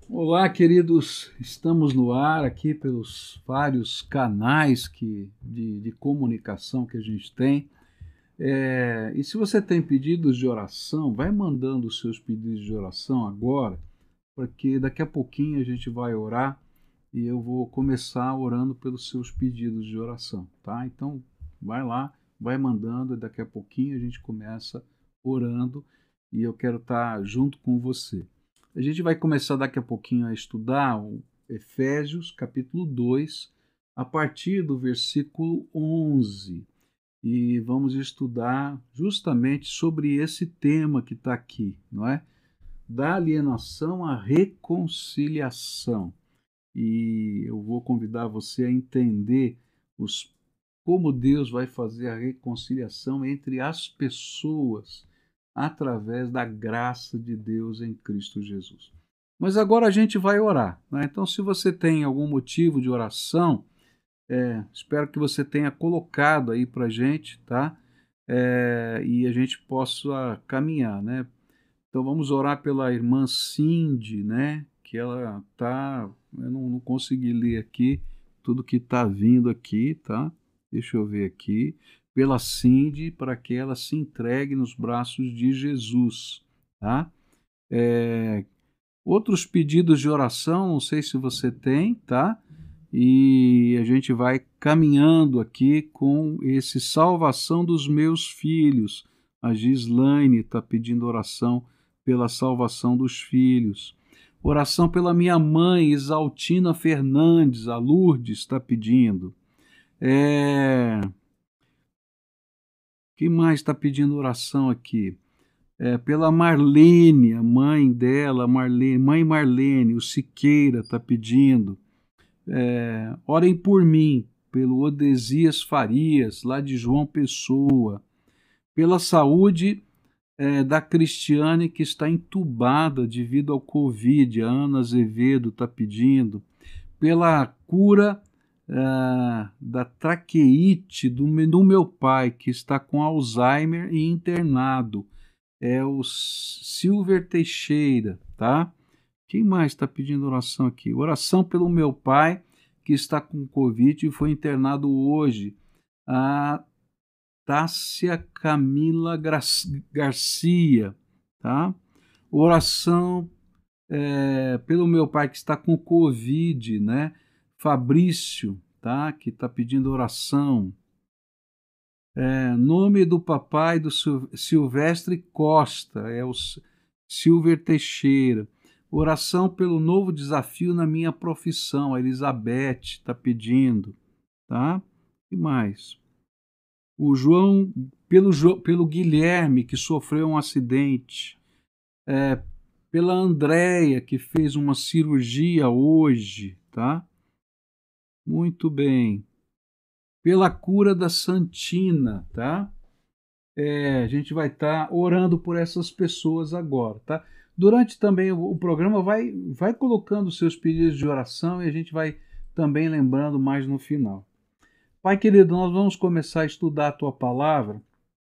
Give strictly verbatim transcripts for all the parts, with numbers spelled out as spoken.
Olá, queridos. Estamos no ar aqui pelos vários canais que, de, de comunicação que a gente tem. É, e se você tem pedidos de oração, vai mandando os seus pedidos de oração agora, porque daqui a pouquinho a gente vai orar e eu vou começar orando pelos seus pedidos de oração, tá? Então, vai lá, vai mandando e daqui a pouquinho a gente começa orando e eu quero estar junto com você. A gente vai começar daqui a pouquinho a estudar o Efésios, capítulo dois, a partir do versículo onze. E vamos estudar justamente sobre esse tema que está aqui, não é? Da alienação à reconciliação. E eu vou convidar você a entender os, como Deus vai fazer a reconciliação entre as pessoas através da graça de Deus em Cristo Jesus. Mas agora a gente vai orar, né? Então, se você tem algum motivo de oração, é, espero que você tenha colocado aí para a gente, tá? É, e a gente possa caminhar, né? Então vamos orar pela irmã Cindy, né? Que ela tá, eu não, não consegui ler aqui tudo que está vindo aqui, tá? Deixa eu ver aqui. Pela Cindy, para que ela se entregue nos braços de Jesus, tá? É, outros pedidos de oração, não sei se você tem, tá? E a gente vai caminhando aqui com esse salvação dos meus filhos. A Gislaine está pedindo oração pela salvação dos filhos. Oração pela minha mãe, Isaltina Fernandes, a Lourdes está pedindo. É... Quem mais está pedindo oração aqui? É, pela Marlene, a mãe dela, Marlene, mãe Marlene, o Siqueira está pedindo. É, orem por mim, pelo Odesias Farias, lá de João Pessoa, pela saúde é, da Cristiane, que está entubada devido ao Covid, a Ana Azevedo está pedindo, pela cura é, da traqueite do, do meu pai, que está com Alzheimer e internado, é o Silver Teixeira, tá? Quem mais está pedindo oração aqui? Oração pelo meu pai, que está com Covid e foi internado hoje. A Tássia Camila Garcia, tá? Oração é, pelo meu pai que está com Covid, né? Fabrício, tá? Que está pedindo oração. É, nome do papai do Silvestre Costa, é o Silver Teixeira. Oração pelo novo desafio na minha profissão, a Elizabeth está pedindo, tá? E mais? O João, pelo, pelo Guilherme, que sofreu um acidente, é, pela Andréia, que fez uma cirurgia hoje, tá? Muito bem. Pela cura da Santina, tá? É, a gente vai estar tá orando por essas pessoas agora, tá? Durante também o, o programa vai, vai colocando seus pedidos de oração e a gente vai também lembrando mais no final. Pai querido, nós vamos começar a estudar a tua palavra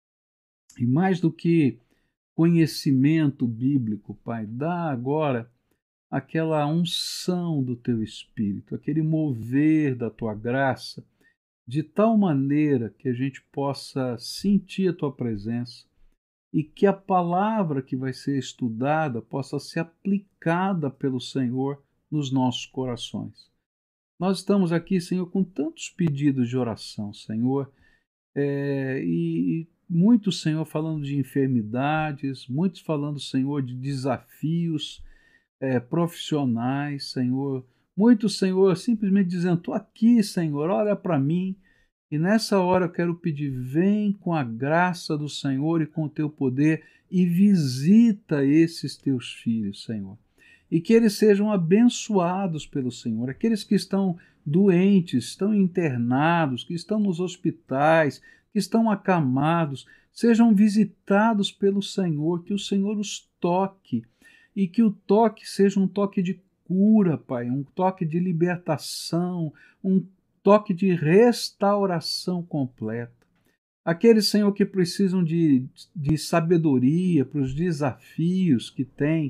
e mais do que conhecimento bíblico, Pai, dá agora aquela unção do teu Espírito, aquele mover da tua graça, de tal maneira que a gente possa sentir a tua presença e que a palavra que vai ser estudada possa ser aplicada pelo Senhor nos nossos corações. Nós estamos aqui, Senhor, com tantos pedidos de oração, Senhor, é, e, e muitos, Senhor, falando de enfermidades, muitos falando, Senhor, de desafios é, profissionais, Senhor, muitos, Senhor, simplesmente dizendo, estou aqui, Senhor, olha para mim. E nessa hora eu quero pedir, vem com a graça do Senhor e com o teu poder e visita esses teus filhos, Senhor. E que eles sejam abençoados pelo Senhor. Aqueles que estão doentes, estão internados, que estão nos hospitais, que estão acamados, sejam visitados pelo Senhor, que o Senhor os toque e que o toque seja um toque de cura, Pai, um toque de libertação, um toque de restauração completa. Aqueles, Senhor, que precisam de, de sabedoria para os desafios que têm,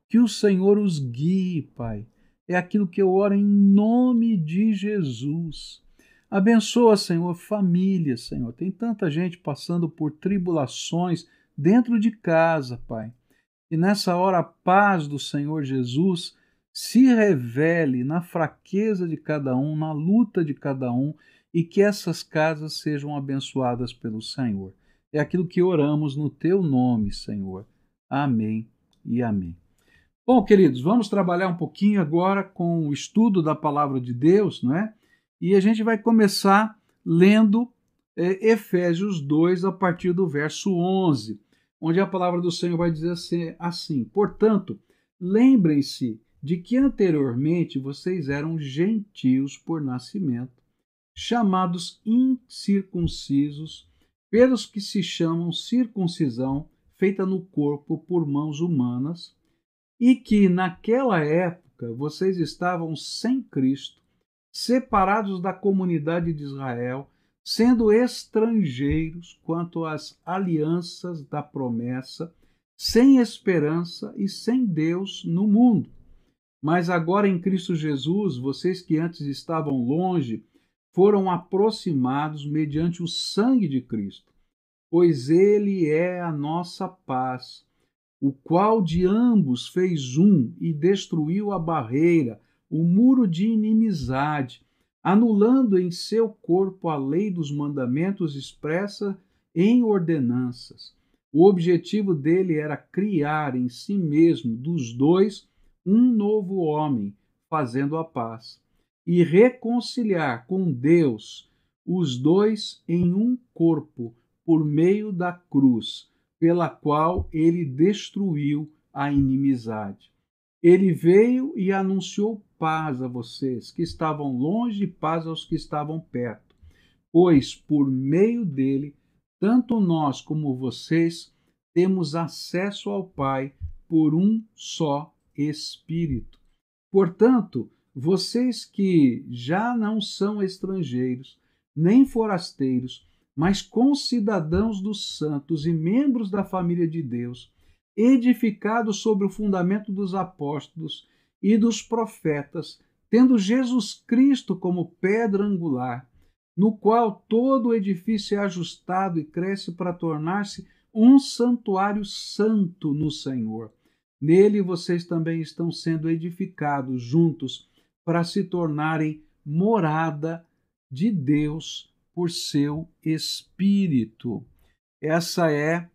Que o Senhor os guie, Pai. É aquilo que eu oro em nome de Jesus. Abençoa, Senhor, família, Senhor. Tem tanta gente passando por tribulações dentro de casa, Pai. E nessa hora a paz do Senhor Jesus se revele na fraqueza de cada um, na luta de cada um, e que essas casas sejam abençoadas pelo Senhor. É aquilo que oramos no teu nome, Senhor. Amém e amém. Bom, queridos, vamos trabalhar um pouquinho agora com o estudo da palavra de Deus, não é? E a gente vai começar lendo é, Efésios dois, a partir do verso onze, onde a palavra do Senhor vai dizer assim, assim: portanto, lembrem-se de que anteriormente vocês eram gentios por nascimento, chamados incircuncisos, pelos que se chamam circuncisão, feita no corpo por mãos humanas, e que naquela época vocês estavam sem Cristo, separados da comunidade de Israel, sendo estrangeiros quanto às alianças da promessa, sem esperança e sem Deus no mundo. Mas agora em Cristo Jesus, vocês que antes estavam longe, foram aproximados mediante o sangue de Cristo, pois ele é a nossa paz, o qual de ambos fez um e destruiu a barreira, o muro de inimizade, anulando em seu corpo a lei dos mandamentos expressa em ordenanças. O objetivo dele era criar em si mesmo, dos dois, um novo homem, fazendo a paz, e reconciliar com Deus os dois em um corpo, por meio da cruz, pela qual ele destruiu a inimizade. Ele veio e anunciou paz a vocês que estavam longe e paz aos que estavam perto, pois por meio dele, tanto nós como vocês temos acesso ao Pai por um só Espírito. Portanto, vocês que já não são estrangeiros, nem forasteiros, mas concidadãos dos santos e membros da família de Deus, edificados sobre o fundamento dos apóstolos e dos profetas, tendo Jesus Cristo como pedra angular, no qual todo o edifício é ajustado e cresce para tornar-se um santuário santo no Senhor. Nele vocês também estão sendo edificados juntos para se tornarem morada de Deus por seu Espírito. Essa é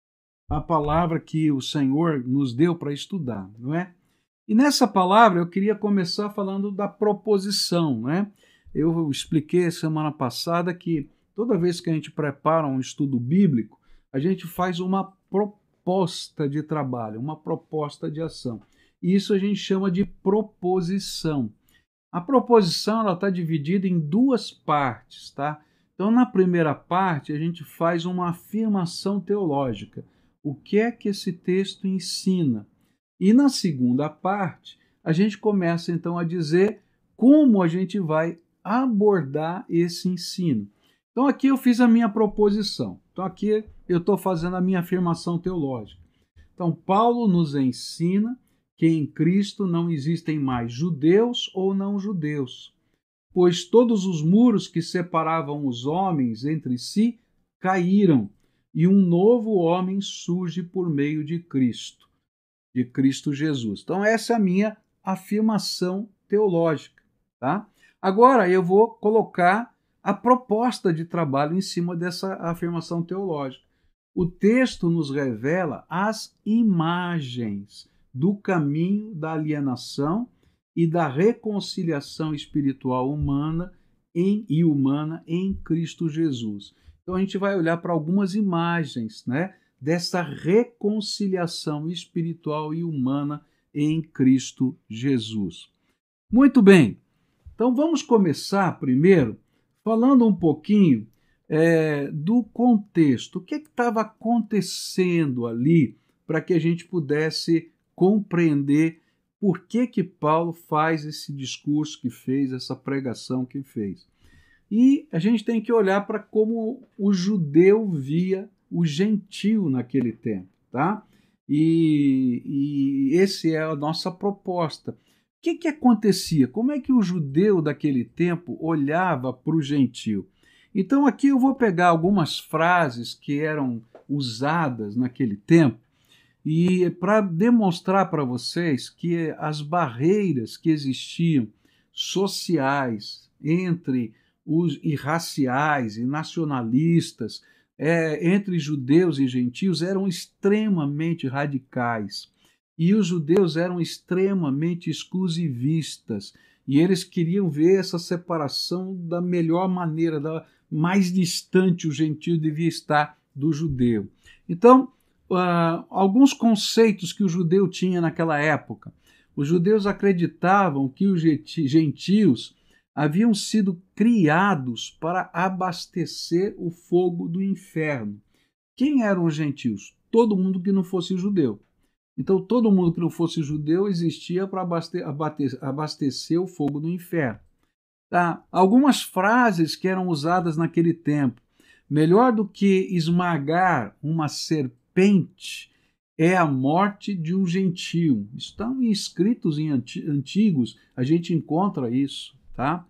a palavra que o Senhor nos deu para estudar, não é? E nessa palavra eu queria começar falando da proposição, né? Eu expliquei semana passada que toda vez que a gente prepara um estudo bíblico, a gente faz uma proposta de trabalho, uma proposta de ação. E isso a gente chama de proposição. A proposição ela está dividida em duas partes, tá? Então, na primeira parte, a gente faz uma afirmação teológica. O que é que esse texto ensina? E na segunda parte, a gente começa então a dizer como a gente vai abordar esse ensino. Então, aqui eu fiz a minha proposição. Então, aqui eu estou fazendo a minha afirmação teológica. Então, Paulo nos ensina que em Cristo não existem mais judeus ou não judeus, pois todos os muros que separavam os homens entre si caíram e um novo homem surge por meio de Cristo, de Cristo Jesus. Então essa é a minha afirmação teológica, tá? Agora eu vou colocar a proposta de trabalho em cima dessa afirmação teológica. O texto nos revela as imagens do caminho da alienação e da reconciliação espiritual humana em, e humana em Cristo Jesus. Então a gente vai olhar para algumas imagens, né, dessa reconciliação espiritual e humana em Cristo Jesus. Muito bem, então vamos começar primeiro falando um pouquinho é, do contexto. O que estava acontecendo ali para que a gente pudesse compreender por que que Paulo faz esse discurso que fez, essa pregação que fez. E a gente tem que olhar para como o judeu via o gentio naquele tempo, tá? E, e esse é a nossa proposta. O que, que acontecia? Como é que o judeu daquele tempo olhava para o gentio? Então aqui eu vou pegar algumas frases que eram usadas naquele tempo e para demonstrar para vocês que as barreiras que existiam sociais entre os e raciais e nacionalistas é, entre judeus e gentios eram extremamente radicais. E os judeus eram extremamente exclusivistas. E eles queriam ver essa separação da melhor maneira, da mais distante o gentio devia estar do judeu. Então, uh, alguns conceitos que o judeu tinha naquela época. Os judeus acreditavam que os gentios haviam sido criados para abastecer o fogo do inferno. Quem eram os gentios? Todo mundo que não fosse judeu. Então, todo mundo que não fosse judeu existia para abastecer, abastecer o fogo do inferno. Tá? Algumas frases que eram usadas naquele tempo. Melhor do que esmagar uma serpente é a morte de um gentio. Estão escritos em antigos, a gente encontra isso. Tá?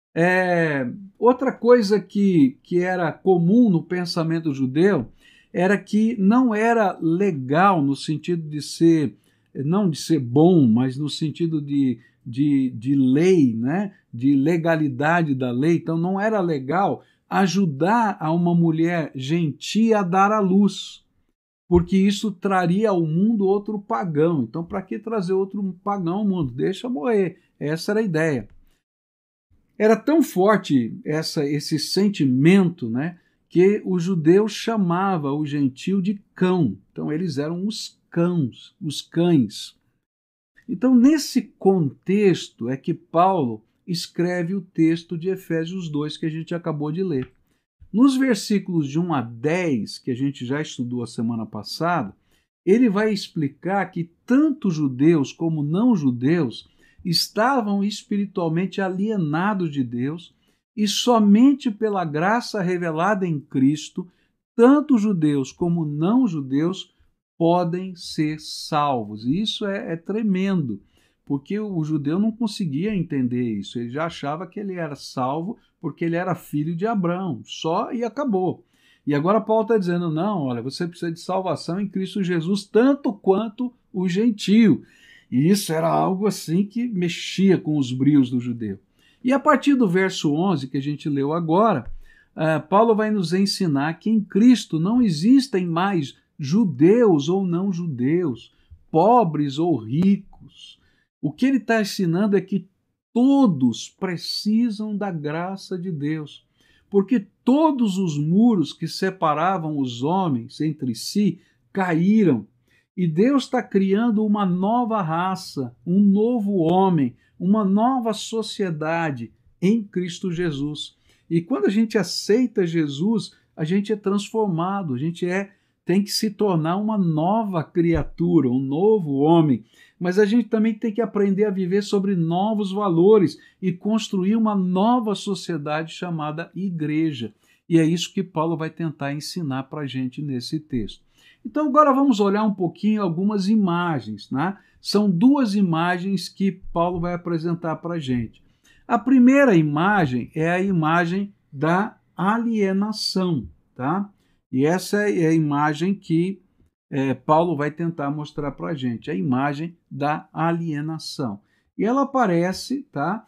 É, outra coisa que, que era comum no pensamento judeu era que não era legal no sentido de ser, não de ser bom, mas no sentido de, de, de lei, né? De legalidade da lei. Então não era legal ajudar a uma mulher gentia a dar à luz, porque isso traria ao mundo outro pagão. Então para que trazer outro pagão ao mundo? Deixa morrer. Essa era a ideia. Era tão forte essa, esse sentimento, né? Que o judeu chamava o gentio de cão. Então, eles eram os cães, os cães. Então, nesse contexto é que Paulo escreve o texto de Efésios dois que a gente acabou de ler. Nos versículos de um a dez, que a gente já estudou a semana passada, ele vai explicar que tanto judeus como não judeus estavam espiritualmente alienados de Deus, e somente pela graça revelada em Cristo, tanto judeus como não judeus podem ser salvos. E isso é, é tremendo, porque o judeu não conseguia entender isso. Ele já achava que ele era salvo porque ele era filho de Abraão, só e acabou. E agora Paulo está dizendo, não, olha, você precisa de salvação em Cristo Jesus, tanto quanto o gentio. E isso era algo assim que mexia com os brios do judeu. E a partir do verso onze, que a gente leu agora, uh, Paulo vai nos ensinar que em Cristo não existem mais judeus ou não judeus, pobres ou ricos. O que ele está ensinando é que todos precisam da graça de Deus, porque todos os muros que separavam os homens entre si caíram. E Deus está criando uma nova raça, um novo homem, uma nova sociedade em Cristo Jesus. E quando a gente aceita Jesus, a gente é transformado, a gente é, tem que se tornar uma nova criatura, um novo homem. Mas a gente também tem que aprender a viver sobre novos valores e construir uma nova sociedade chamada igreja. E é isso que Paulo vai tentar ensinar para a gente nesse texto. Então agora vamos olhar um pouquinho algumas imagens, né? São duas imagens que Paulo vai apresentar para a gente. A primeira imagem é a imagem da alienação, tá? E essa é a imagem que é, Paulo vai tentar mostrar para a gente, a imagem da alienação. E ela aparece, tá?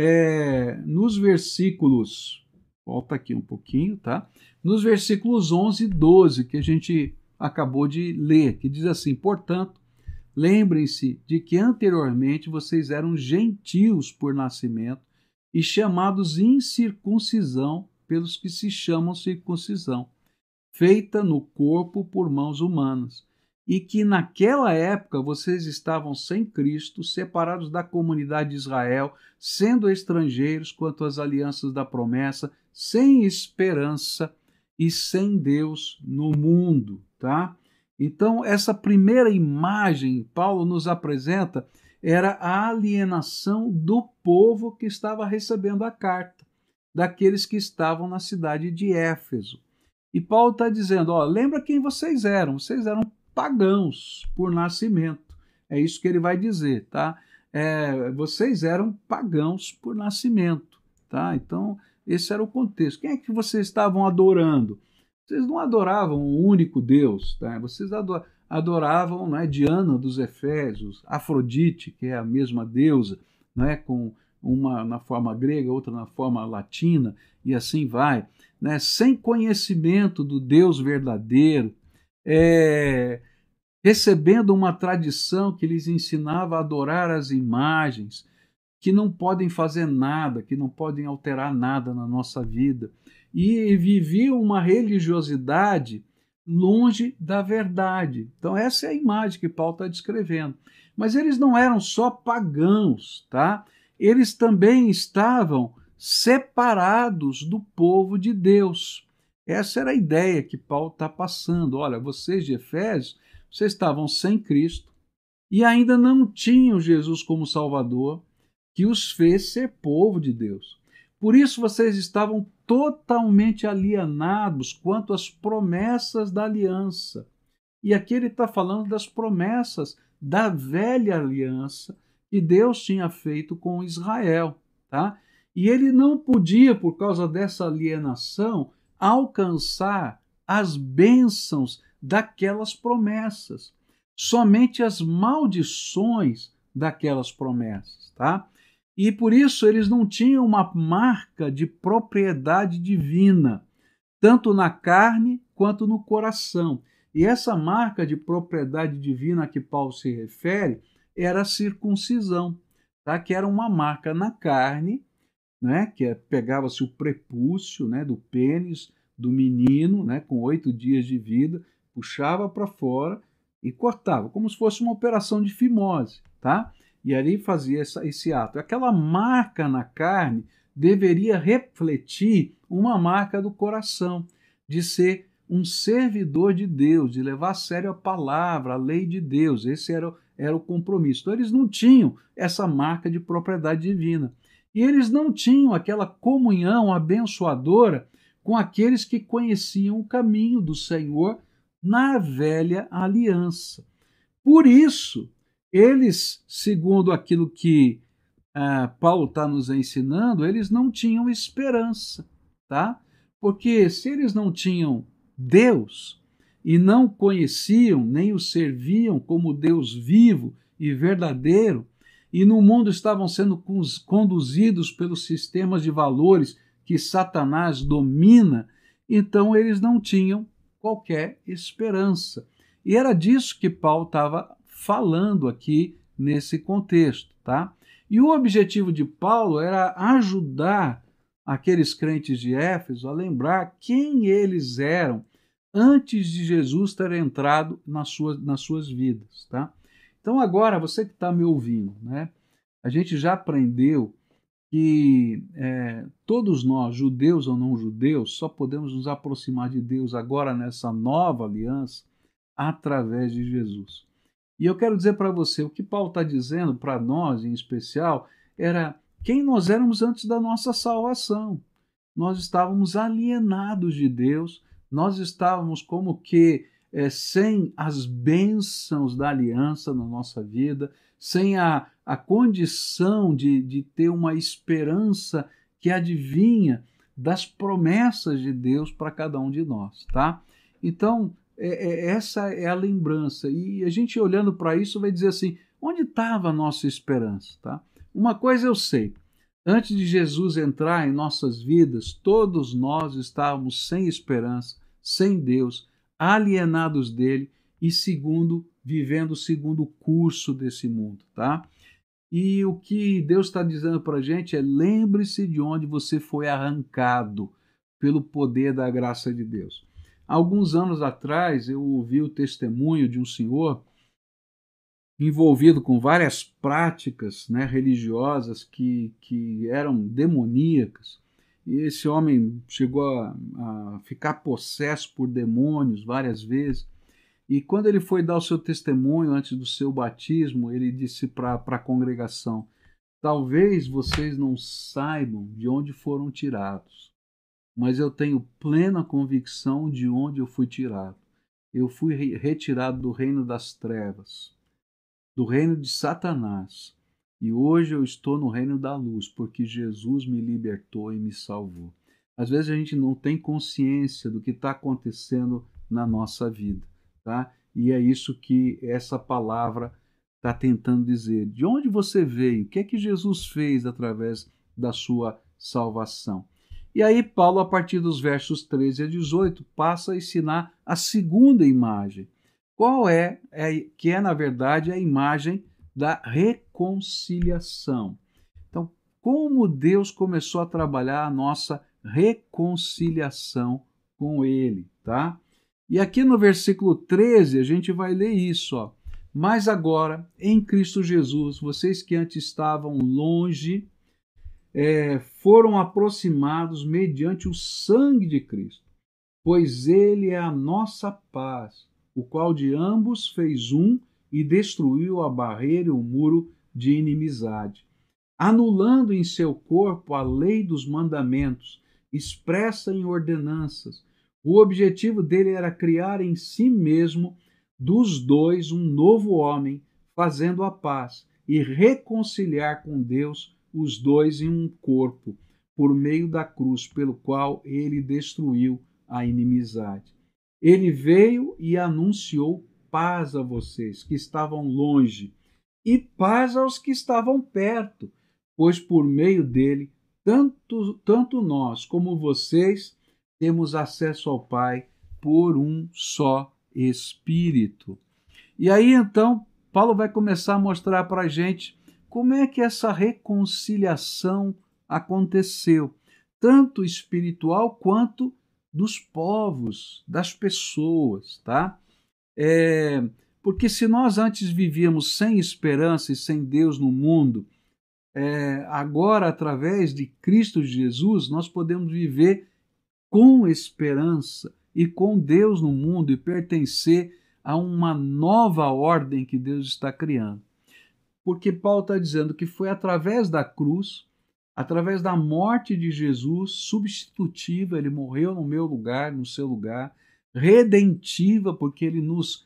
É, nos versículos, volta aqui um pouquinho, tá? Nos versículos onze e doze, que a gente acabou de ler, que diz assim, portanto, lembrem-se de que anteriormente vocês eram gentios por nascimento e chamados incircuncisão pelos que se chamam circuncisão, feita no corpo por mãos humanas, e que naquela época vocês estavam sem Cristo, separados da comunidade de Israel, sendo estrangeiros quanto às alianças da promessa, sem esperança e sem Deus no mundo. Tá? Então, essa primeira imagem Paulo nos apresenta era a alienação do povo que estava recebendo a carta, daqueles que estavam na cidade de Éfeso. E Paulo está dizendo, ó, lembra quem vocês eram, vocês eram pagãos por nascimento. É isso que ele vai dizer, tá? É, vocês eram pagãos por nascimento, tá? Então, esse era o contexto. Quem é que vocês estavam adorando? Vocês não adoravam o único Deus, tá? Vocês adoravam, né, Diana dos Efésios, Afrodite, que é a mesma deusa, né, com uma na forma grega, outra na forma latina, e assim vai, né, sem conhecimento do Deus verdadeiro, é, recebendo uma tradição que lhes ensinava a adorar as imagens, que não podem fazer nada, que não podem alterar nada na nossa vida, e viviam uma religiosidade longe da verdade. Então essa é a imagem que Paulo está descrevendo. Mas eles não eram só pagãos, tá? Eles também estavam separados do povo de Deus. Essa era a ideia que Paulo está passando. Olha, vocês de Efésios, vocês estavam sem Cristo e ainda não tinham Jesus como Salvador, que os fez ser povo de Deus. Por isso vocês estavam totalmente alienados quanto às promessas da aliança. E aqui ele está falando das promessas da velha aliança que Deus tinha feito com Israel, tá? E ele não podia, por causa dessa alienação, alcançar as bênçãos daquelas promessas. Somente as maldições daquelas promessas, tá? E por isso eles não tinham uma marca de propriedade divina, tanto na carne quanto no coração. E essa marca de propriedade divina a que Paulo se refere era a circuncisão, tá? Que era uma marca na carne, né? Que é, pegava-se o prepúcio, né, do pênis do menino, né, com oito dias de vida, puxava para fora e cortava, como se fosse uma operação de fimose, tá? E ali fazia essa, esse ato. Aquela marca na carne deveria refletir uma marca do coração, de ser um servidor de Deus, de levar a sério a palavra, a lei de Deus. Esse era, era o compromisso. Então eles não tinham essa marca de propriedade divina. E eles não tinham aquela comunhão abençoadora com aqueles que conheciam o caminho do Senhor na velha aliança. Por isso, eles, segundo aquilo que ah, Paulo está nos ensinando, eles não tinham esperança, tá? Porque se eles não tinham Deus e não conheciam nem o serviam como Deus vivo e verdadeiro, e no mundo estavam sendo conduzidos pelos sistemas de valores que Satanás domina, então eles não tinham qualquer esperança. E era disso que Paulo estava falando aqui nesse contexto, tá? E o objetivo de Paulo era ajudar aqueles crentes de Éfeso a lembrar quem eles eram antes de Jesus ter entrado nas suas, nas suas vidas, tá? Então agora, você que está me ouvindo, né? A gente já aprendeu que é, todos nós, judeus ou não judeus, só podemos nos aproximar de Deus agora nessa nova aliança através de Jesus. E eu quero dizer para você, o que Paulo está dizendo para nós, em especial, era quem nós éramos antes da nossa salvação. Nós estávamos alienados de Deus, nós estávamos como que é, sem as bênçãos da aliança na nossa vida, sem a, a condição de, de ter uma esperança que adivinha das promessas de Deus para cada um de nós, tá? Então, é, é, essa é a lembrança. E a gente olhando para isso vai dizer assim, onde estava a nossa esperança, tá? Uma coisa eu sei, antes de Jesus entrar em nossas vidas, todos nós estávamos sem esperança, sem Deus, alienados dele e segundo, vivendo segundo o curso desse mundo, tá? E o que Deus está dizendo para a gente é, lembre-se de onde você foi arrancado pelo poder da graça de Deus. Alguns anos atrás, eu ouvi o testemunho de um senhor envolvido com várias práticas, né, religiosas que, que eram demoníacas. E esse homem chegou a, a ficar possesso por demônios várias vezes. E quando ele foi dar o seu testemunho antes do seu batismo, ele disse para a congregação, talvez vocês não saibam de onde foram tirados, mas eu tenho plena convicção de onde eu fui tirado. Eu fui re- retirado do reino das trevas, do reino de Satanás. E hoje eu estou no reino da luz, porque Jesus me libertou e me salvou. Às vezes a gente não tem consciência do que está acontecendo na nossa vida, tá? E é isso que essa palavra está tentando dizer. De onde você veio? O que é que Jesus fez através da sua salvação? E aí Paulo, a partir dos versos treze a dezoito, passa a ensinar a segunda imagem. Qual é, é que é, na verdade, a imagem da reconciliação. Então, como Deus começou a trabalhar a nossa reconciliação com Ele, tá? E aqui no versículo treze a gente vai ler isso, ó. Mas agora, em Cristo Jesus, vocês que antes estavam longe, é, foram aproximados mediante o sangue de Cristo, pois Ele é a nossa paz, o qual de ambos fez um e destruiu a barreira e o muro de inimizade, anulando em seu corpo a lei dos mandamentos, expressa em ordenanças. O objetivo dele era criar em si mesmo dos dois um novo homem, fazendo a paz e reconciliar com Deus os dois em um corpo, por meio da cruz, pelo qual ele destruiu a inimizade. Ele veio e anunciou paz a vocês que estavam longe e paz aos que estavam perto, pois por meio dele, tanto, tanto nós como vocês temos acesso ao Pai por um só Espírito. E aí então, Paulo vai começar a mostrar para a gente como é que essa reconciliação aconteceu, tanto espiritual quanto dos povos, das pessoas, tá? É, porque se nós antes vivíamos sem esperança e sem Deus no mundo, é, agora, através de Cristo Jesus, nós podemos viver com esperança e com Deus no mundo e pertencer a uma nova ordem que Deus está criando. Porque Paulo está dizendo que foi através da cruz, através da morte de Jesus, substitutiva, ele morreu no meu lugar, no seu lugar, redentiva, porque ele nos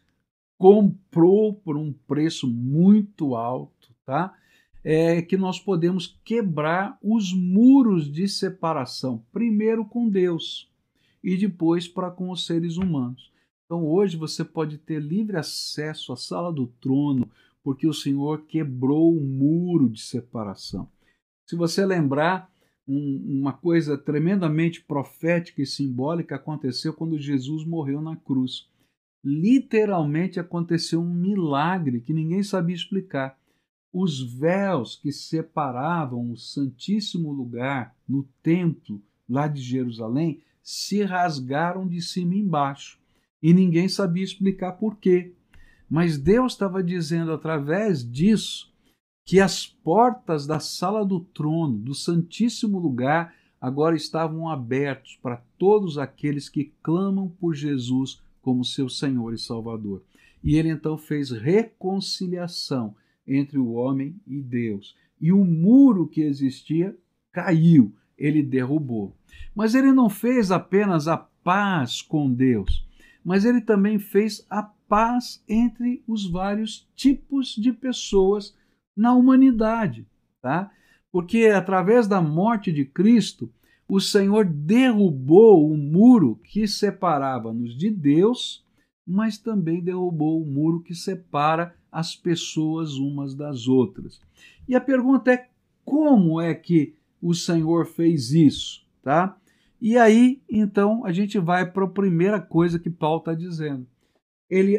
comprou por um preço muito alto, tá? É que nós podemos quebrar os muros de separação, primeiro com Deus e depois para com os seres humanos. Então hoje você pode ter livre acesso à sala do trono, porque o Senhor quebrou o muro de separação. Se você lembrar, um, uma coisa tremendamente profética e simbólica aconteceu quando Jesus morreu na cruz. Literalmente aconteceu um milagre que ninguém sabia explicar. Os véus que separavam o Santíssimo Lugar no templo lá de Jerusalém se rasgaram de cima e embaixo. E ninguém sabia explicar por quê. Mas Deus estava dizendo através disso que as portas da sala do trono, do Santíssimo Lugar, agora estavam abertos para todos aqueles que clamam por Jesus como seu Senhor e Salvador. E ele então fez reconciliação entre o homem e Deus. E o muro que existia caiu, ele derrubou. Mas ele não fez apenas a paz com Deus, mas ele também fez a paz entre os vários tipos de pessoas na humanidade, tá? Porque através da morte de Cristo, o Senhor derrubou o muro que separava-nos de Deus, mas também derrubou o muro que separa as pessoas umas das outras. E a pergunta é: como é que o Senhor fez isso, tá? E aí, então, a gente vai para a primeira coisa que Paulo está dizendo. Ele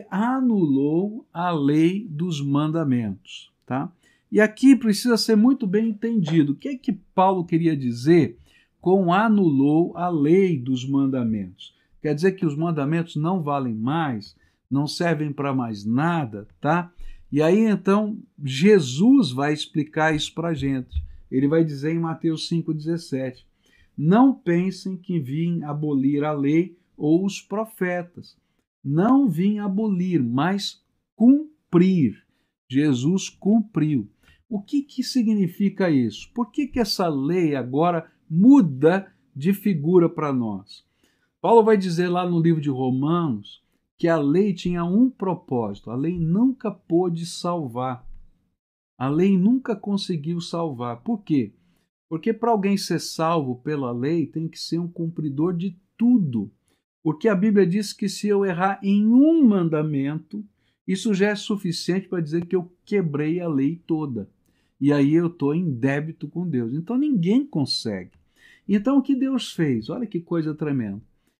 anulou a lei dos mandamentos, tá? E aqui precisa ser muito bem entendido. O que é que Paulo queria dizer com anulou a lei dos mandamentos? Quer dizer que os mandamentos não valem mais, não servem para mais nada, tá? E aí, então, Jesus vai explicar isso para a gente. Ele vai dizer em Mateus cinco, dezessete, não pensem que vim abolir a lei ou os profetas. Não vim abolir, mas cumprir. Jesus cumpriu. O que, que significa isso? Por que, que essa lei agora muda de figura para nós? Paulo vai dizer lá no livro de Romanos que a lei tinha um propósito: a lei nunca pôde salvar. A lei nunca conseguiu salvar. Por quê? Porque para alguém ser salvo pela lei, tem que ser um cumpridor de tudo. Porque a Bíblia diz que se eu errar em um mandamento, isso já é suficiente para dizer que eu quebrei a lei toda. E aí eu estou em débito com Deus. Então ninguém consegue. Então o que Deus fez? Olha que coisa tremenda.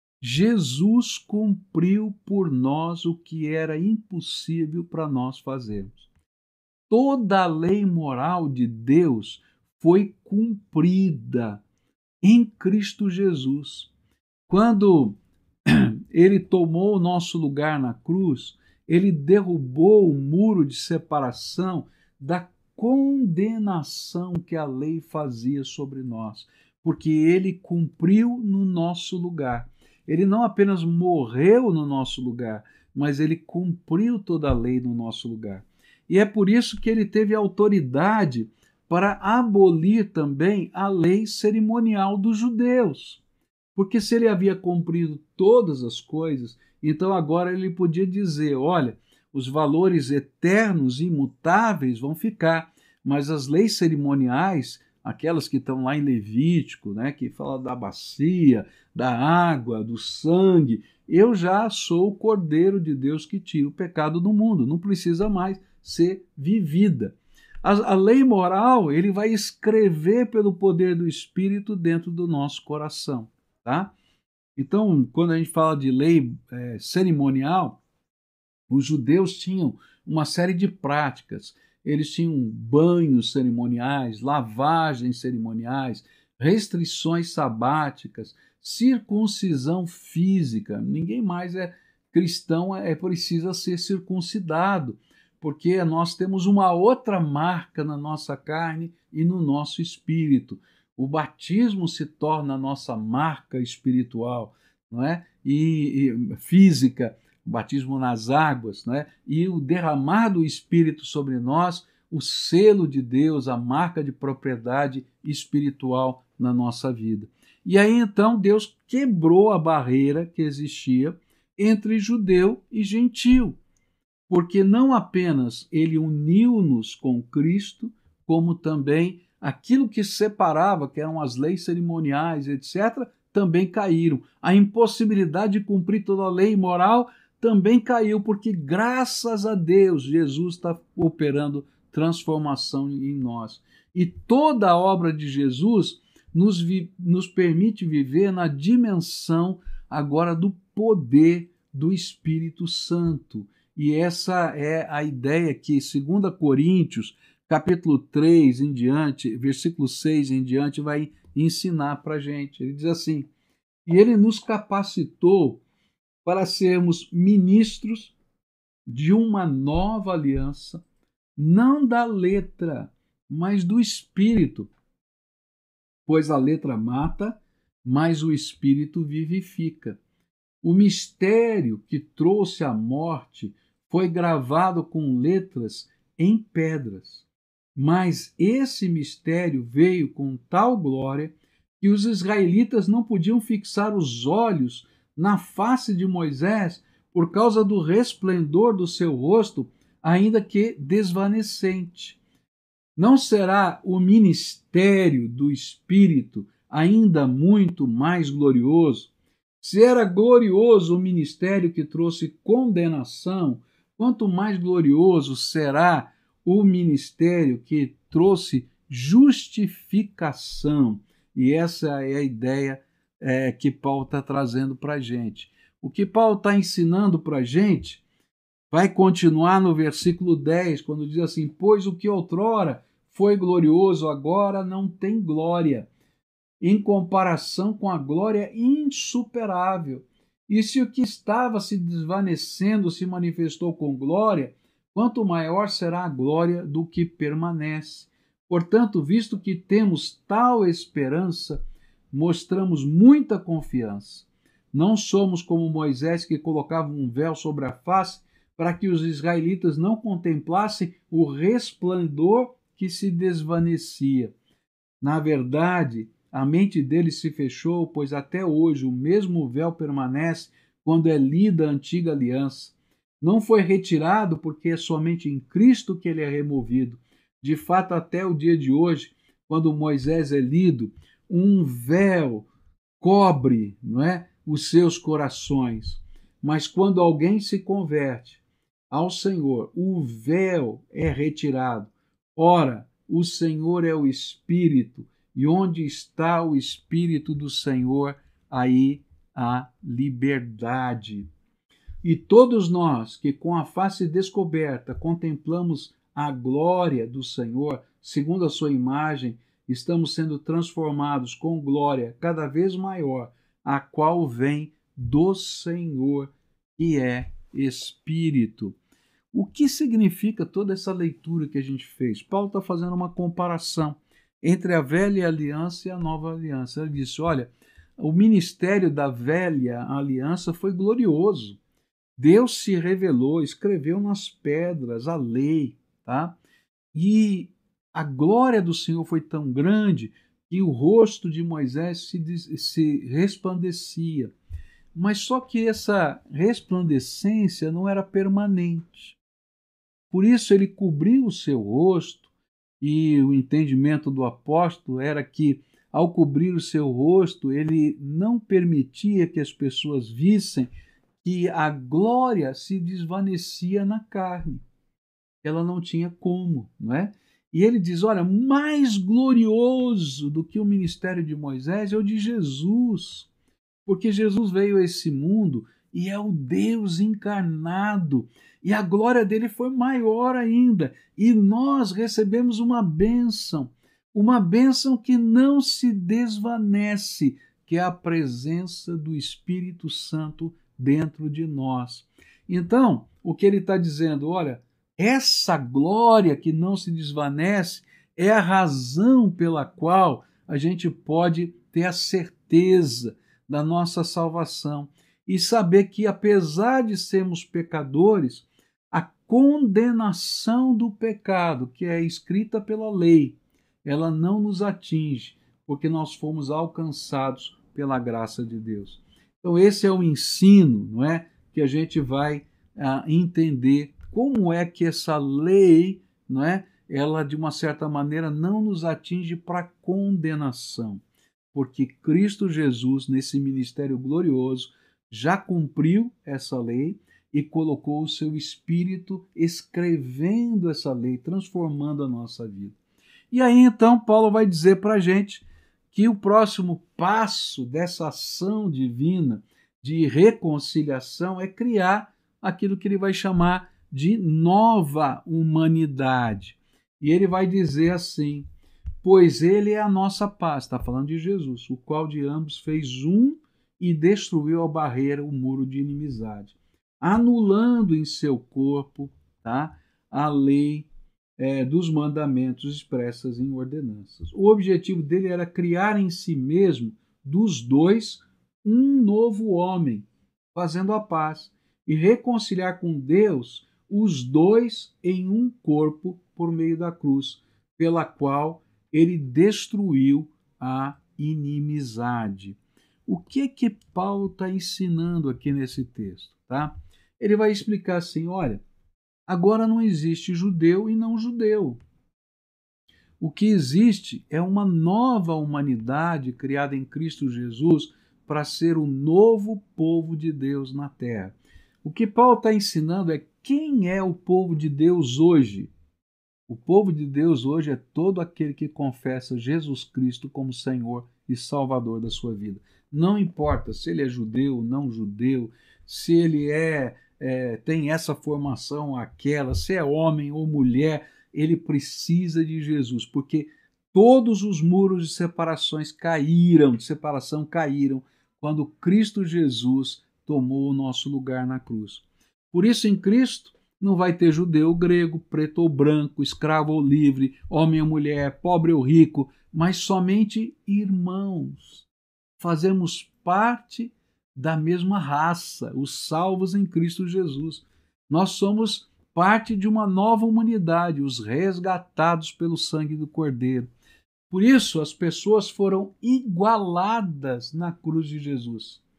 Jesus cumpriu por nós o que era impossível para nós fazermos. Toda a lei moral de Deus foi cumprida em Cristo Jesus. Quando ele tomou o nosso lugar na cruz, ele derrubou o muro de separação da condenação que a lei fazia sobre nós, porque ele cumpriu no nosso lugar. Ele não apenas morreu no nosso lugar, mas ele cumpriu toda a lei no nosso lugar. E é por isso que ele teve autoridade para abolir também a lei cerimonial dos judeus. Porque se ele havia cumprido todas as coisas, então agora ele podia dizer, olha, os valores eternos e imutáveis vão ficar, mas as leis cerimoniais, aquelas que estão lá em Levítico, né, que fala da bacia, da água, do sangue, eu já sou o Cordeiro de Deus que tira o pecado do mundo, não precisa mais ser vivida. A, a lei moral, ele vai escrever pelo poder do Espírito dentro do nosso coração. Tá? Então, quando a gente fala de lei é, cerimonial, os judeus tinham uma série de práticas. Eles tinham banhos cerimoniais, lavagens cerimoniais, restrições sabáticas, circuncisão física. Ninguém mais é cristão, é precisa ser circuncidado, porque nós temos uma outra marca na nossa carne e no nosso espírito. O batismo se torna a nossa marca espiritual, não é? E, e física, o batismo nas águas, não é? E o derramar do Espírito sobre nós, o selo de Deus, a marca de propriedade espiritual na nossa vida. E aí então Deus quebrou a barreira que existia entre judeu e gentil, porque não apenas ele uniu-nos com Cristo, como também aquilo que separava, que eram as leis cerimoniais, etcétera, também caíram. A impossibilidade de cumprir toda a lei moral também caiu, porque graças a Deus Jesus está operando transformação em nós. E toda a obra de Jesus nos, vi, nos permite viver na dimensão agora do poder do Espírito Santo. E essa é a ideia que, segundo Coríntios, capítulo três em diante, versículo seis em diante, vai ensinar para a gente. Ele diz assim: e ele nos capacitou para sermos ministros de uma nova aliança, não da letra, mas do Espírito. Pois a letra mata, mas o Espírito vivifica. O mistério que trouxe a morte foi gravado com letras em pedras. Mas esse mistério veio com tal glória que os israelitas não podiam fixar os olhos na face de Moisés por causa do resplendor do seu rosto, ainda que desvanecente. Não será o ministério do Espírito ainda muito mais glorioso? Se era glorioso o ministério que trouxe condenação, quanto mais glorioso será o ministério que trouxe justificação. E essa é a ideia é, que Paulo está trazendo para a gente. O que Paulo está ensinando para a gente vai continuar no versículo dez, quando diz assim: pois o que outrora foi glorioso, agora não tem glória, em comparação com a glória insuperável. E se o que estava se desvanecendo se manifestou com glória, quanto maior será a glória do que permanece. Portanto, visto que temos tal esperança, mostramos muita confiança. Não somos como Moisés, que colocava um véu sobre a face para que os israelitas não contemplassem o resplendor que se desvanecia. Na verdade, a mente deles se fechou, pois até hoje o mesmo véu permanece quando é lida a antiga aliança. Não foi retirado porque é somente em Cristo que ele é removido. De fato, até o dia de hoje, quando Moisés é lido, um véu cobre, não é, os seus corações. Mas quando alguém se converte ao Senhor, o véu é retirado. Ora, o Senhor é o Espírito, e onde está o Espírito do Senhor, aí há liberdade. E todos nós que com a face descoberta contemplamos a glória do Senhor, segundo a sua imagem, estamos sendo transformados com glória cada vez maior, a qual vem do Senhor, que é Espírito. O que significa toda essa leitura que a gente fez? Paulo está fazendo uma comparação entre a velha aliança e a nova aliança. Ele disse, olha, o ministério da velha aliança foi glorioso. Deus se revelou, escreveu nas pedras a lei, tá? E a glória do Senhor foi tão grande que o rosto de Moisés se, se resplandecia. Mas só que essa resplandecência não era permanente. Por isso ele cobriu o seu rosto, e o entendimento do apóstolo era que, ao cobrir o seu rosto, ele não permitia que as pessoas vissem que a glória se desvanecia na carne. Ela não tinha como, não é? E ele diz, olha, mais glorioso do que o ministério de Moisés é o de Jesus, porque Jesus veio a esse mundo e é o Deus encarnado, e a glória dele foi maior ainda, e nós recebemos uma bênção, uma bênção que não se desvanece, que é a presença do Espírito Santo dentro de nós. Então, o que ele está dizendo, olha, essa glória que não se desvanece é a razão pela qual a gente pode ter a certeza da nossa salvação e saber que, apesar de sermos pecadores, a condenação do pecado, que é escrita pela lei, ela não nos atinge, porque nós fomos alcançados pela graça de Deus. Então esse é o ensino, não é, que a gente vai ah, entender como é que essa lei, não é, ela de uma certa maneira não nos atinge para condenação, porque Cristo Jesus, nesse ministério glorioso, já cumpriu essa lei e colocou o seu Espírito escrevendo essa lei, transformando a nossa vida. E aí então Paulo vai dizer para a gente que o próximo passo dessa ação divina de reconciliação é criar aquilo que ele vai chamar de nova humanidade. E ele vai dizer assim, pois ele é a nossa paz, está falando de Jesus, o qual de ambos fez um e destruiu a barreira, o muro de inimizade, anulando em seu corpo, tá, a lei é, dos mandamentos expressas em ordenanças. O objetivo dele era criar em si mesmo, dos dois, um novo homem, fazendo a paz, e reconciliar com Deus os dois em um corpo por meio da cruz, pela qual ele destruiu a inimizade. O que que Paulo está ensinando aqui nesse texto? Tá? Ele vai explicar assim, olha, agora não existe judeu e não judeu. O que existe é uma nova humanidade criada em Cristo Jesus para ser o novo povo de Deus na terra. O que Paulo está ensinando é quem é o povo de Deus hoje. O povo de Deus hoje é todo aquele que confessa Jesus Cristo como Senhor e Salvador da sua vida. Não importa se ele é judeu ou não judeu, se ele é, é, tem essa formação ou aquela, se é homem ou mulher, ele precisa de Jesus, porque todos os muros de separações caíram, de separação caíram, quando Cristo Jesus tomou o nosso lugar na cruz. Por isso, em Cristo, não vai ter judeu ou grego, preto ou branco, escravo ou livre, homem ou mulher, pobre ou rico, mas somente irmãos. Fazemos parte da mesma raça, os salvos em Cristo Jesus. Nós somos parte de uma nova humanidade, os resgatados pelo sangue do Cordeiro. Por isso, as pessoas foram igualadas na cruz de Jesus.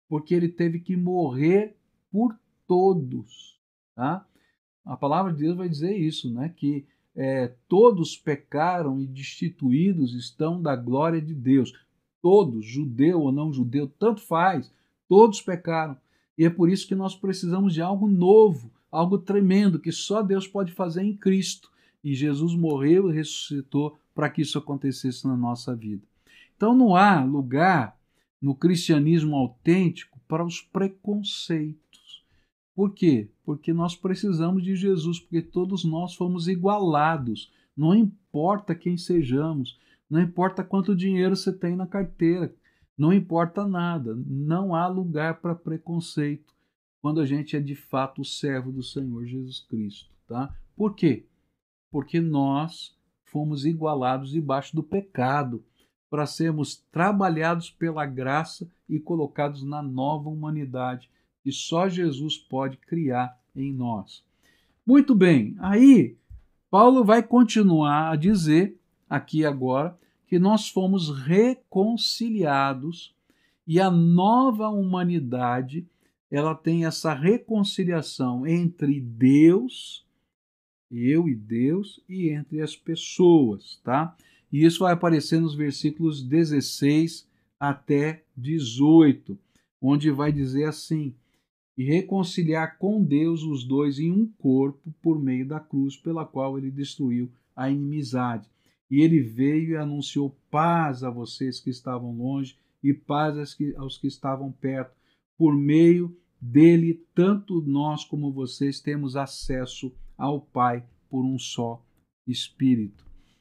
porque ele teve que morrer por todos, tá? A palavra de Deus vai dizer isso, né? Que é, todos pecaram e destituídos estão da glória de Deus. Todos, judeu ou não judeu, tanto faz, todos pecaram. E é por isso que nós precisamos de algo novo, algo tremendo, que só Deus pode fazer em Cristo. E Jesus morreu e ressuscitou para que isso acontecesse na nossa vida. Então não há lugar no cristianismo autêntico para os preconceitos. Por quê? Porque nós precisamos de Jesus, porque todos nós fomos igualados. Não importa quem sejamos, não importa quanto dinheiro você tem na carteira, não importa nada. Não há lugar para preconceito quando a gente é de fato o servo do Senhor Jesus Cristo, tá? Por quê? Porque nós fomos igualados debaixo do pecado, para sermos trabalhados pela graça e colocados na nova humanidade que só Jesus pode criar em nós. Muito bem, aí Paulo vai continuar a dizer aqui agora que nós fomos reconciliados e a nova humanidade, ela tem essa reconciliação entre Deus, eu e Deus, e entre as pessoas, tá? E isso vai aparecer nos versículos dezesseis até dezoito, onde vai dizer assim: e reconciliar com Deus os dois em um corpo por meio da cruz, pela qual ele destruiu a inimizade. E ele veio e anunciou paz a vocês que estavam longe e paz aos que, aos que estavam perto. Por meio dele, tanto nós como vocês temos acesso ao Pai por um só Espírito.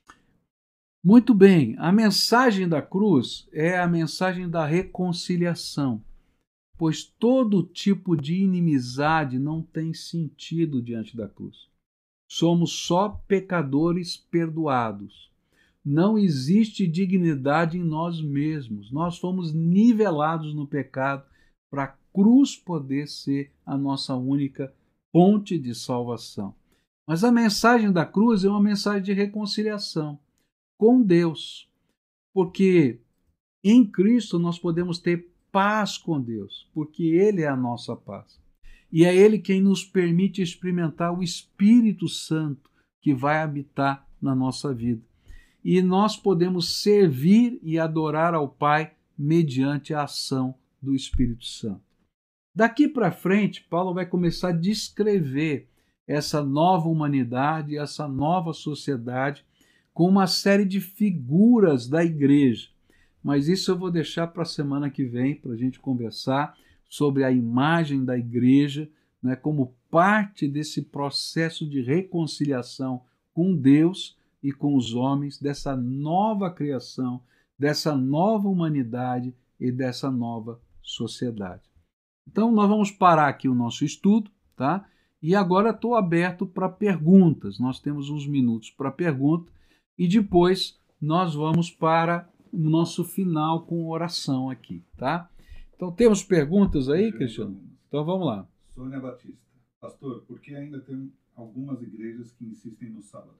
Muito bem, a mensagem da cruz é a mensagem da reconciliação, pois todo tipo de inimizade não tem sentido diante da cruz. Somos só pecadores perdoados. Não existe dignidade em nós mesmos. Nós fomos nivelados no pecado para a cruz poder ser a nossa única ponte de salvação. Mas a mensagem da cruz é uma mensagem de reconciliação com Deus, porque em Cristo nós podemos ter paz com Deus, porque Ele é a nossa paz. E é Ele quem nos permite experimentar o Espírito Santo que vai habitar na nossa vida. E nós podemos servir e adorar ao Pai mediante a ação do Espírito Santo. Daqui para frente, Paulo vai começar a descrever essa nova humanidade, essa nova sociedade, com uma série de figuras da igreja. Mas isso eu vou deixar para a semana que vem, para a gente conversar sobre a imagem da igreja, né, como parte desse processo de reconciliação com Deus e com os homens, dessa nova criação, dessa nova humanidade e dessa nova sociedade. Então, nós vamos parar aqui o nosso estudo, tá? E agora estou aberto para perguntas. Nós temos uns minutos para pergunta e depois nós vamos para o nosso final com oração aqui, tá? Então, temos perguntas aí, Cristiano? Então, vamos lá. Sônia Batista. Pastor, por que ainda tem algumas igrejas que insistem no sábado?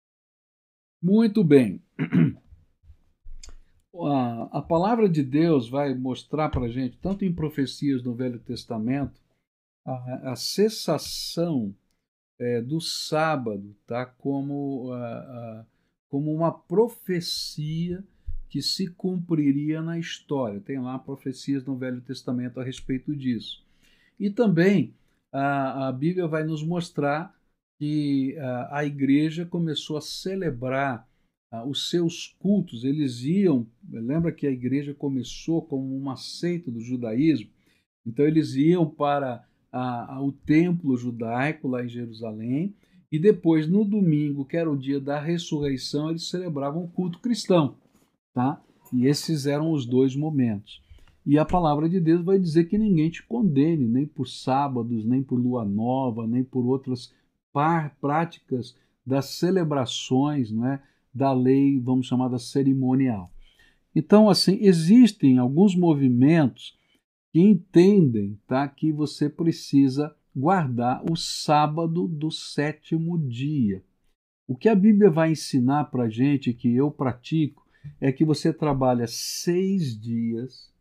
Muito bem. A, a palavra de Deus vai mostrar para a gente, tanto em profecias no Velho Testamento, a, a cessação é, do sábado, tá? como, a, a, como uma profecia que se cumpriria na história. Tem lá profecias no Velho Testamento a respeito disso. E também a, a Bíblia vai nos mostrar que a, a igreja começou a celebrar a, os seus cultos. Eles iam, lembra que a igreja começou como uma seita do judaísmo, então eles iam para a, a, o templo judaico lá em Jerusalém, e depois no domingo, que era o dia da ressurreição, eles celebravam o culto cristão, tá? E esses eram os dois momentos. E a palavra de Deus vai dizer que ninguém te condene, nem por sábados, nem por lua nova, nem por outras par, práticas das celebrações, não é? Da lei, vamos chamar da cerimonial. Então, assim, existem alguns movimentos que entendem, tá, que você precisa guardar o sábado do sétimo dia. O que a Bíblia vai ensinar para a gente, que eu pratico, é que você trabalha seis dias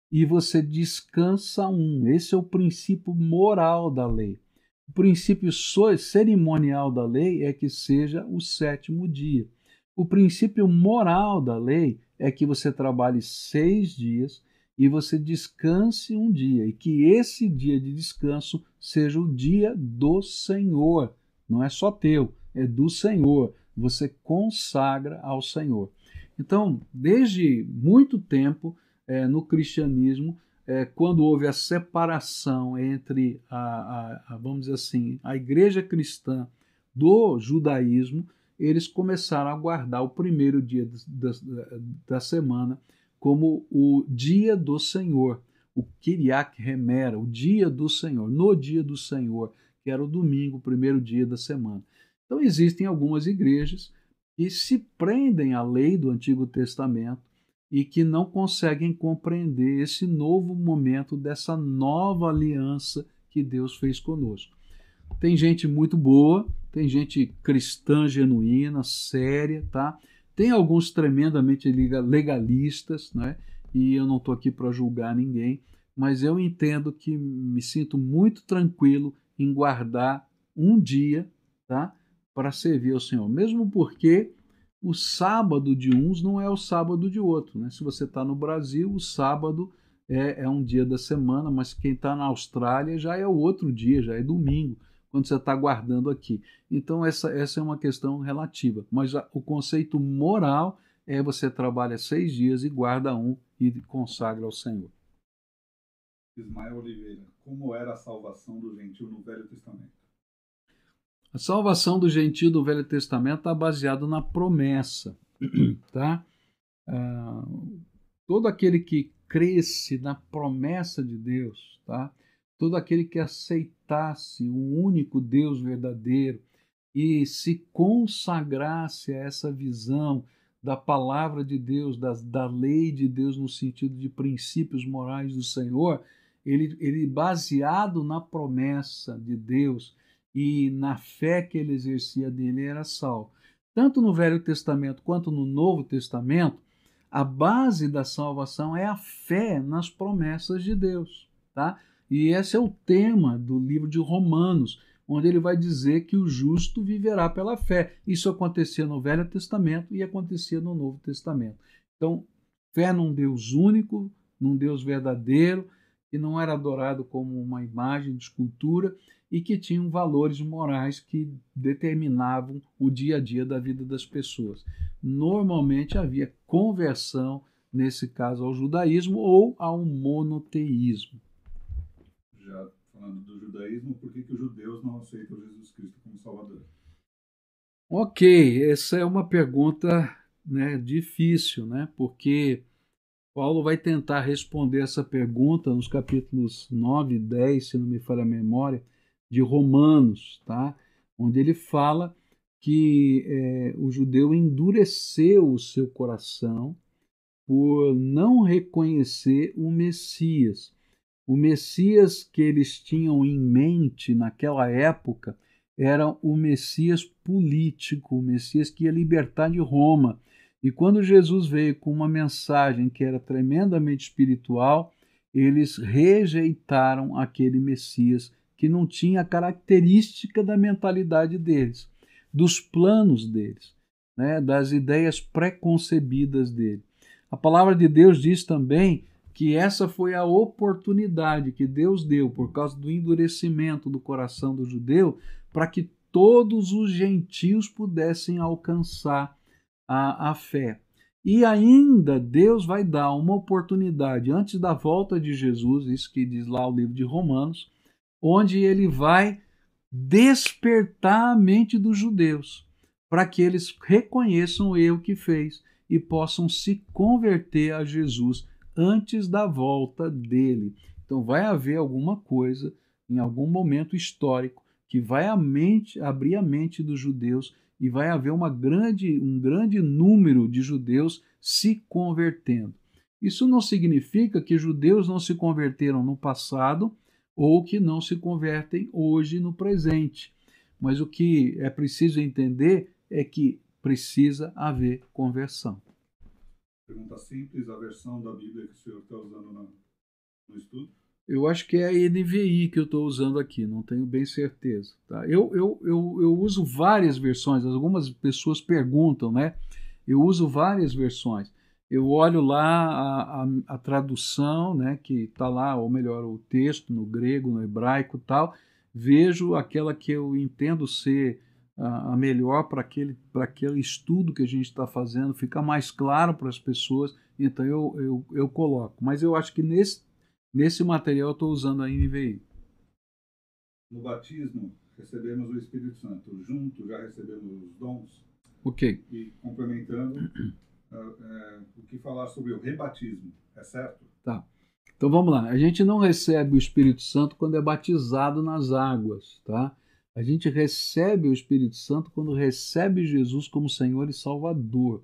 e você descansa um. Esse é o princípio moral da lei. O princípio cerimonial da lei é que seja o sétimo dia. O princípio moral da lei é que você trabalhe seis dias e você descanse um dia, e que esse dia de descanso seja o dia do Senhor. Não é só teu, é do Senhor. Você consagra ao Senhor. Então, desde muito tempo, é, no cristianismo, é, quando houve a separação entre, a, a, a, vamos dizer assim, a igreja cristã do judaísmo, eles começaram a guardar o primeiro dia da, da, da semana como o dia do Senhor, o Kiriak Remera, o dia do Senhor, no dia do Senhor, que era o domingo, o primeiro dia da semana. Então existem algumas igrejas que se prendem à lei do Antigo Testamento e que não conseguem compreender esse novo momento dessa nova aliança que Deus fez conosco. Tem gente muito boa, tem gente cristã genuína, séria, tá? Tem alguns tremendamente legalistas, né? E eu não estou aqui para julgar ninguém, mas eu entendo que me sinto muito tranquilo em guardar um dia, tá? Para servir ao Senhor, mesmo porque o sábado de uns não é o sábado de outro, né? Se você está no Brasil, o sábado é, é um dia da semana, mas quem está na Austrália já é o outro dia, já é domingo, quando você está guardando aqui. Então essa, essa é uma questão relativa, mas a, o conceito moral é você trabalha seis dias e guarda um e consagra ao Senhor. Ismael Oliveira, como era a salvação do gentio no Velho Testamento? A salvação do gentio do Velho Testamento está baseada na promessa, tá? Ah, todo aquele que cresce na promessa de Deus, tá? Todo aquele que aceitasse o único Deus verdadeiro e se consagrasse a essa visão da palavra de Deus, da, da lei de Deus no sentido de princípios morais do Senhor, ele, ele baseado na promessa de Deus e na fé que ele exercia dele, era salvo. Tanto no Velho Testamento quanto no Novo Testamento, a base da salvação é a fé nas promessas de Deus, tá? E esse é o tema do livro de Romanos, onde ele vai dizer que o justo viverá pela fé. Isso acontecia no Velho Testamento e acontecia no Novo Testamento. Então, fé num Deus único, num Deus verdadeiro, que não era adorado como uma imagem de escultura e que tinham valores morais que determinavam o dia a dia da vida das pessoas. Normalmente havia conversão, nesse caso ao judaísmo ou ao monoteísmo. Já falando do judaísmo, por que, que os judeus não aceitam Jesus Cristo como Salvador? Ok, essa é uma pergunta, né, difícil, né? Porque Paulo vai tentar responder essa pergunta nos capítulos nove e dez, se não me falha a memória, de Romanos, tá? Onde ele fala que é, o judeu endureceu o seu coração por não reconhecer o Messias. O Messias que eles tinham em mente naquela época era o Messias político, o Messias que ia libertar de Roma. E quando Jesus veio com uma mensagem que era tremendamente espiritual, eles rejeitaram aquele Messias que não tinha a característica da mentalidade deles, dos planos deles, né, das ideias pré-concebidas dele. A palavra de Deus diz também que essa foi a oportunidade que Deus deu, por causa do endurecimento do coração do judeu, para que todos os gentios pudessem alcançar a, a fé. E ainda Deus vai dar uma oportunidade antes da volta de Jesus, isso que diz lá o livro de Romanos, onde ele vai despertar a mente dos judeus, para que eles reconheçam o erro que fez e possam se converter a Jesus antes da volta dele. Então vai haver alguma coisa, em algum momento histórico, que vai a mente, abrir a mente dos judeus e vai haver uma grande, um grande número de judeus se convertendo. Isso não significa que judeus não se converteram no passado ou que não se convertem hoje no presente. Mas o que é preciso entender é que precisa haver conversão. Pergunta simples, a versão da Bíblia que o senhor está usando na no estudo? Eu acho que é a N V I que eu estou usando aqui, não tenho bem certeza. Tá? Eu, eu, eu, eu uso várias versões, algumas pessoas perguntam, né? Eu uso várias versões. Eu olho lá a, a, a tradução, né, que está lá, ou melhor, o texto no grego, no hebraico e tal, vejo aquela que eu entendo ser a, a melhor para aquele, para aquele estudo que a gente está fazendo, fica mais claro para as pessoas, então eu, eu, eu coloco. Mas eu acho que nesse, nesse material eu estou usando a N V I. No batismo, recebemos o Espírito Santo. Junto já recebemos os dons. Ok. E complementando, uh, uh, o que falar sobre o rebatismo, é certo? Tá. Então vamos lá. A gente não recebe o Espírito Santo quando é batizado nas águas, tá? A gente recebe o Espírito Santo quando recebe Jesus como Senhor e Salvador.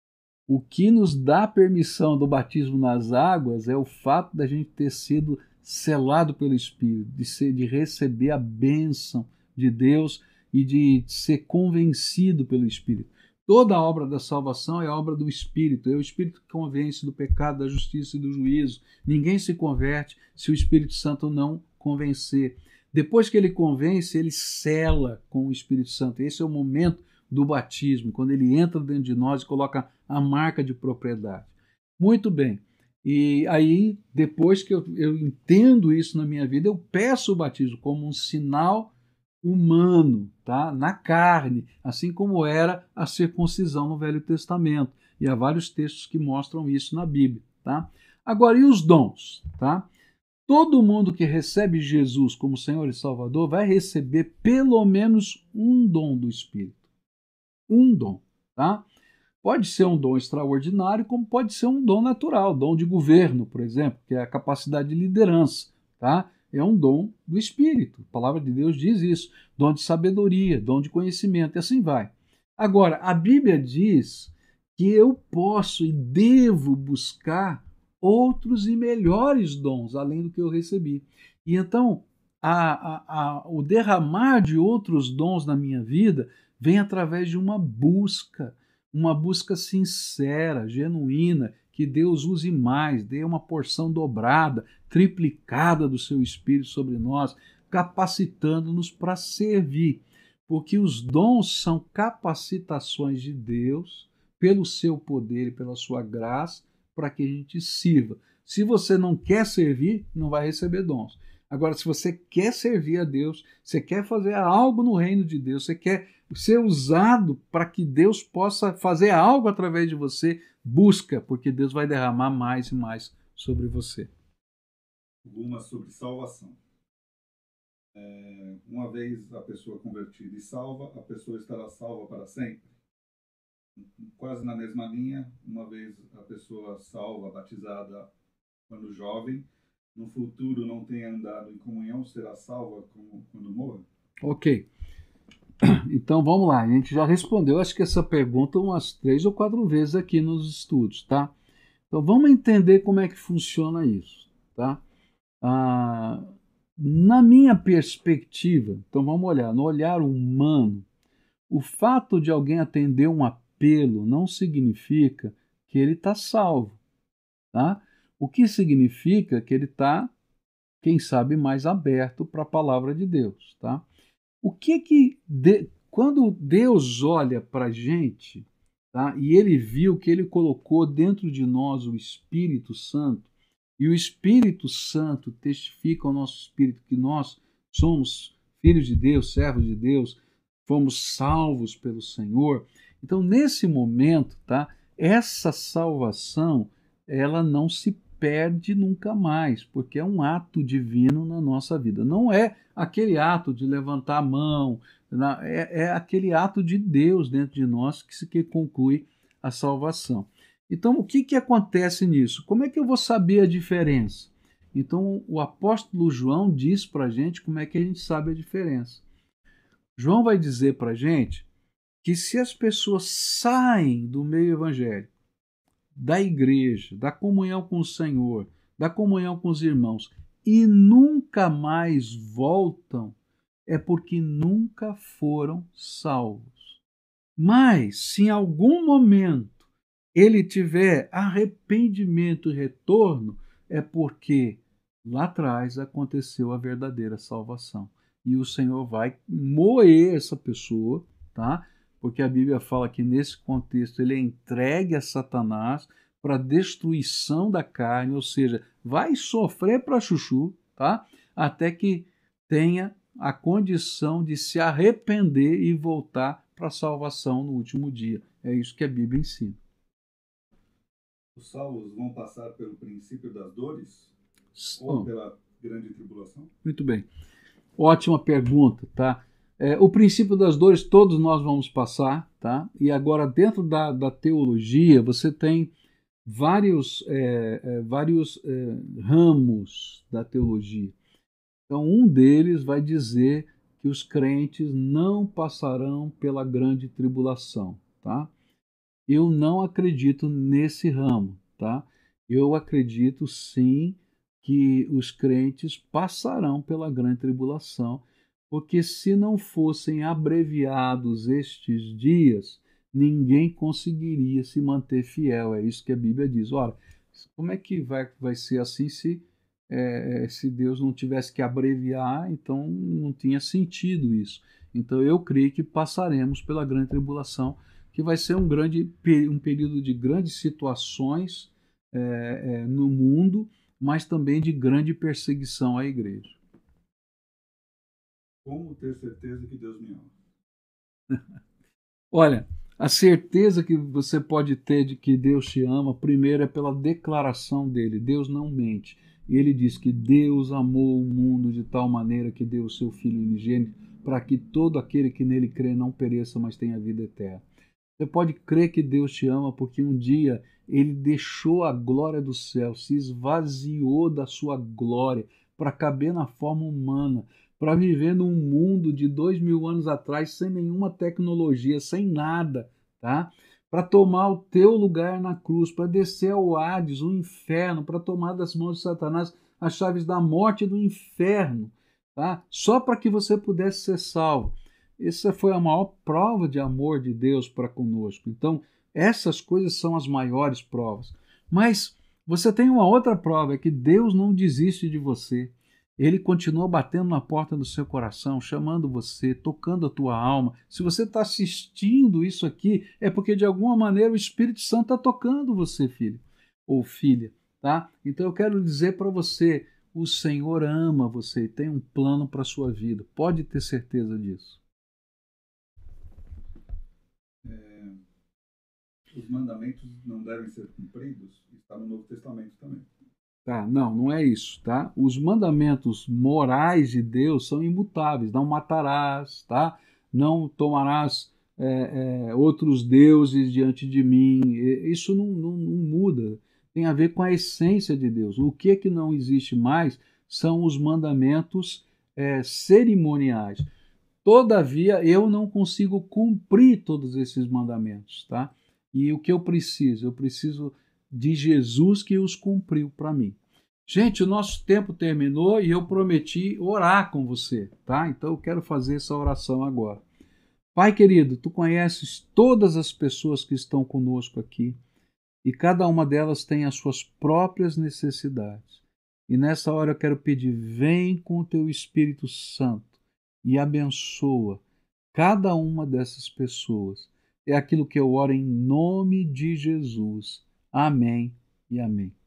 O que nos dá permissão do batismo nas águas é o fato da gente ter sido selado pelo Espírito, de, ser, de receber a bênção de Deus e de ser convencido pelo Espírito. Toda a obra da salvação é obra do Espírito. É o Espírito que convence do pecado, da justiça e do juízo. Ninguém se converte se o Espírito Santo não convencer. Depois que ele convence, ele sela com o Espírito Santo. Esse é o momento do batismo, quando ele entra dentro de nós e coloca a marca de propriedade. Muito bem. E aí, depois que eu, eu entendo isso na minha vida, eu peço o batismo como um sinal humano, tá? Na carne, assim como era a circuncisão no Velho Testamento. E há vários textos que mostram isso na Bíblia, tá? Agora, e os dons, tá? Todo mundo que recebe Jesus como Senhor e Salvador vai receber pelo menos um dom do Espírito. Um dom, tá? Pode ser um dom extraordinário, como pode ser um dom natural, dom de governo, por exemplo, que é a capacidade de liderança, tá? É um dom do Espírito. A palavra de Deus diz isso. Dom de sabedoria, dom de conhecimento, e assim vai. Agora, a Bíblia diz que eu posso e devo buscar outros e melhores dons, além do que eu recebi. E então, a, a, a, o derramar de outros dons na minha vida vem através de uma busca, uma busca sincera, genuína, que Deus use mais, dê uma porção dobrada, triplicada do seu Espírito sobre nós, capacitando-nos para servir. Porque os dons são capacitações de Deus, pelo seu poder e pela sua graça, para que a gente sirva. Se você não quer servir, não vai receber dons. Agora, se você quer servir a Deus, você quer fazer algo no reino de Deus, você quer ser usado para que Deus possa fazer algo através de você, busca, porque Deus vai derramar mais e mais sobre você. Algumas sobre salvação. É, uma vez a pessoa convertida e salva, a pessoa estará salva para sempre. Quase na mesma linha, uma vez a pessoa salva, batizada quando jovem, no futuro não tenha andado em comunhão, será salva como, quando morra? Ok. Então vamos lá, a gente já respondeu, acho que essa pergunta umas três ou quatro vezes aqui nos estudos, tá? Então vamos entender como é que funciona isso, tá? Ah, na minha perspectiva, então vamos olhar, no olhar humano, o fato de alguém atender um apelo não significa que ele está salvo, tá? O que significa que ele está, quem sabe, mais aberto para a palavra de Deus, tá? O que que de, quando Deus olha para a gente, tá? E ele viu que ele colocou dentro de nós o Espírito Santo, e o Espírito Santo testifica ao nosso espírito que nós somos filhos de Deus, servos de Deus, fomos salvos pelo Senhor. Então, nesse momento, tá? Essa salvação, ela não se perde nunca mais, porque é um ato divino na nossa vida. Não é aquele ato de levantar a mão, é, é aquele ato de Deus dentro de nós que, se, que conclui a salvação. Então, o que, que acontece nisso? Como é que eu vou saber a diferença? Então, o apóstolo João diz para a gente como é que a gente sabe a diferença. João vai dizer para a gente que se as pessoas saem do meio evangélico, da igreja, da comunhão com o Senhor, da comunhão com os irmãos, e nunca mais voltam, é porque nunca foram salvos. Mas, se em algum momento ele tiver arrependimento e retorno, é porque lá atrás aconteceu a verdadeira salvação. E o Senhor vai moer essa pessoa, tá? Porque a Bíblia fala que nesse contexto ele é entregue a Satanás para destruição da carne, ou seja, vai sofrer para chuchu, tá? Até que tenha a condição de se arrepender e voltar para a salvação no último dia. É isso que a Bíblia ensina. Os salvos vão passar pelo princípio das dores ou pela grande tribulação? Muito bem. Ótima pergunta, tá? É, o princípio das dores todos nós vamos passar, tá? E agora dentro da, da teologia você tem vários, é, é, vários é, ramos da teologia. Então um deles vai dizer que os crentes não passarão pela grande tribulação, tá? Eu não acredito nesse ramo, tá? Eu acredito sim que os crentes passarão pela grande tribulação, porque se não fossem abreviados estes dias, ninguém conseguiria se manter fiel. É isso que a Bíblia diz. Ora, como é que vai, vai ser assim se, é, se Deus não tivesse que abreviar? Então não tinha sentido isso. Então eu creio que passaremos pela grande tribulação, que vai ser um, grande, um período de grandes situações é, é, no mundo, mas também de grande perseguição à igreja. Como ter certeza que Deus me ama? Olha, a certeza que você pode ter de que Deus te ama, primeiro é pela declaração dele. Deus não mente. E ele diz que Deus amou o mundo de tal maneira que deu o seu Filho unigênito para que todo aquele que nele crê não pereça, mas tenha vida eterna. Você pode crer que Deus te ama porque um dia ele deixou a glória do céu, se esvaziou da sua glória para caber na forma humana, para viver num mundo de dois mil anos atrás sem nenhuma tecnologia, sem nada, tá? Para tomar o teu lugar na cruz, para descer ao Hades, o inferno, para tomar das mãos de Satanás as chaves da morte e do inferno, tá? Só para que você pudesse ser salvo. Essa foi a maior prova de amor de Deus para conosco. Então, essas coisas são as maiores provas. Mas você tem uma outra prova, é que Deus não desiste de você. Ele continua batendo na porta do seu coração, chamando você, tocando a tua alma. Se você está assistindo isso aqui, é porque de alguma maneira o Espírito Santo está tocando você, filho ou filha, tá? Então eu quero dizer para você, o Senhor ama você e tem um plano para a sua vida. Pode ter certeza disso. É, os mandamentos não devem ser cumpridos? Está no Novo Testamento também. Tá, não, não é isso, tá? Os mandamentos morais de Deus são imutáveis. Não matarás, tá? Não tomarás é, é, outros deuses diante de mim. Isso não, não, não muda. Tem a ver com a essência de Deus. O que que não existe mais são os mandamentos é, cerimoniais. Todavia, eu não consigo cumprir todos esses mandamentos, tá? E o que eu preciso? Eu preciso de Jesus que os cumpriu para mim. Gente, o nosso tempo terminou e eu prometi orar com você, tá? Então eu quero fazer essa oração agora. Pai querido, tu conheces todas as pessoas que estão conosco aqui e cada uma delas tem as suas próprias necessidades. E nessa hora eu quero pedir, vem com o teu Espírito Santo e abençoa cada uma dessas pessoas. É aquilo que eu oro em nome de Jesus. Amém e amém.